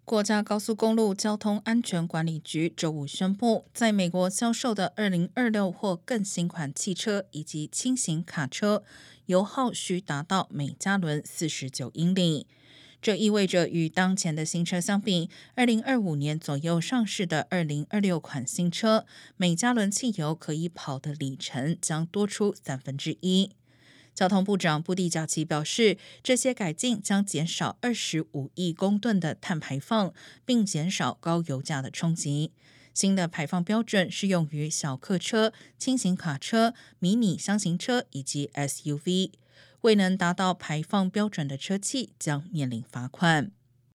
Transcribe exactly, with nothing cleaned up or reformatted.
国家高速公路交通安全管理局周五宣布，在美国销售的二零二六或更新款汽车以及轻型卡车，油耗需达到每加仑四十九英里。这意味着与当前的新车相比，二零二五年左右上市的二零二六款新车，每加仑汽油可以跑的里程将多出三分之一。交通部长布蒂贾奇表示，这些改进将减少二十五亿公吨的碳排放，并减少高油价的冲击。新的排放标准适用于小客车、轻型卡车、迷你箱型车以及 S U V。未能达到排放标准的车企将面临罚款。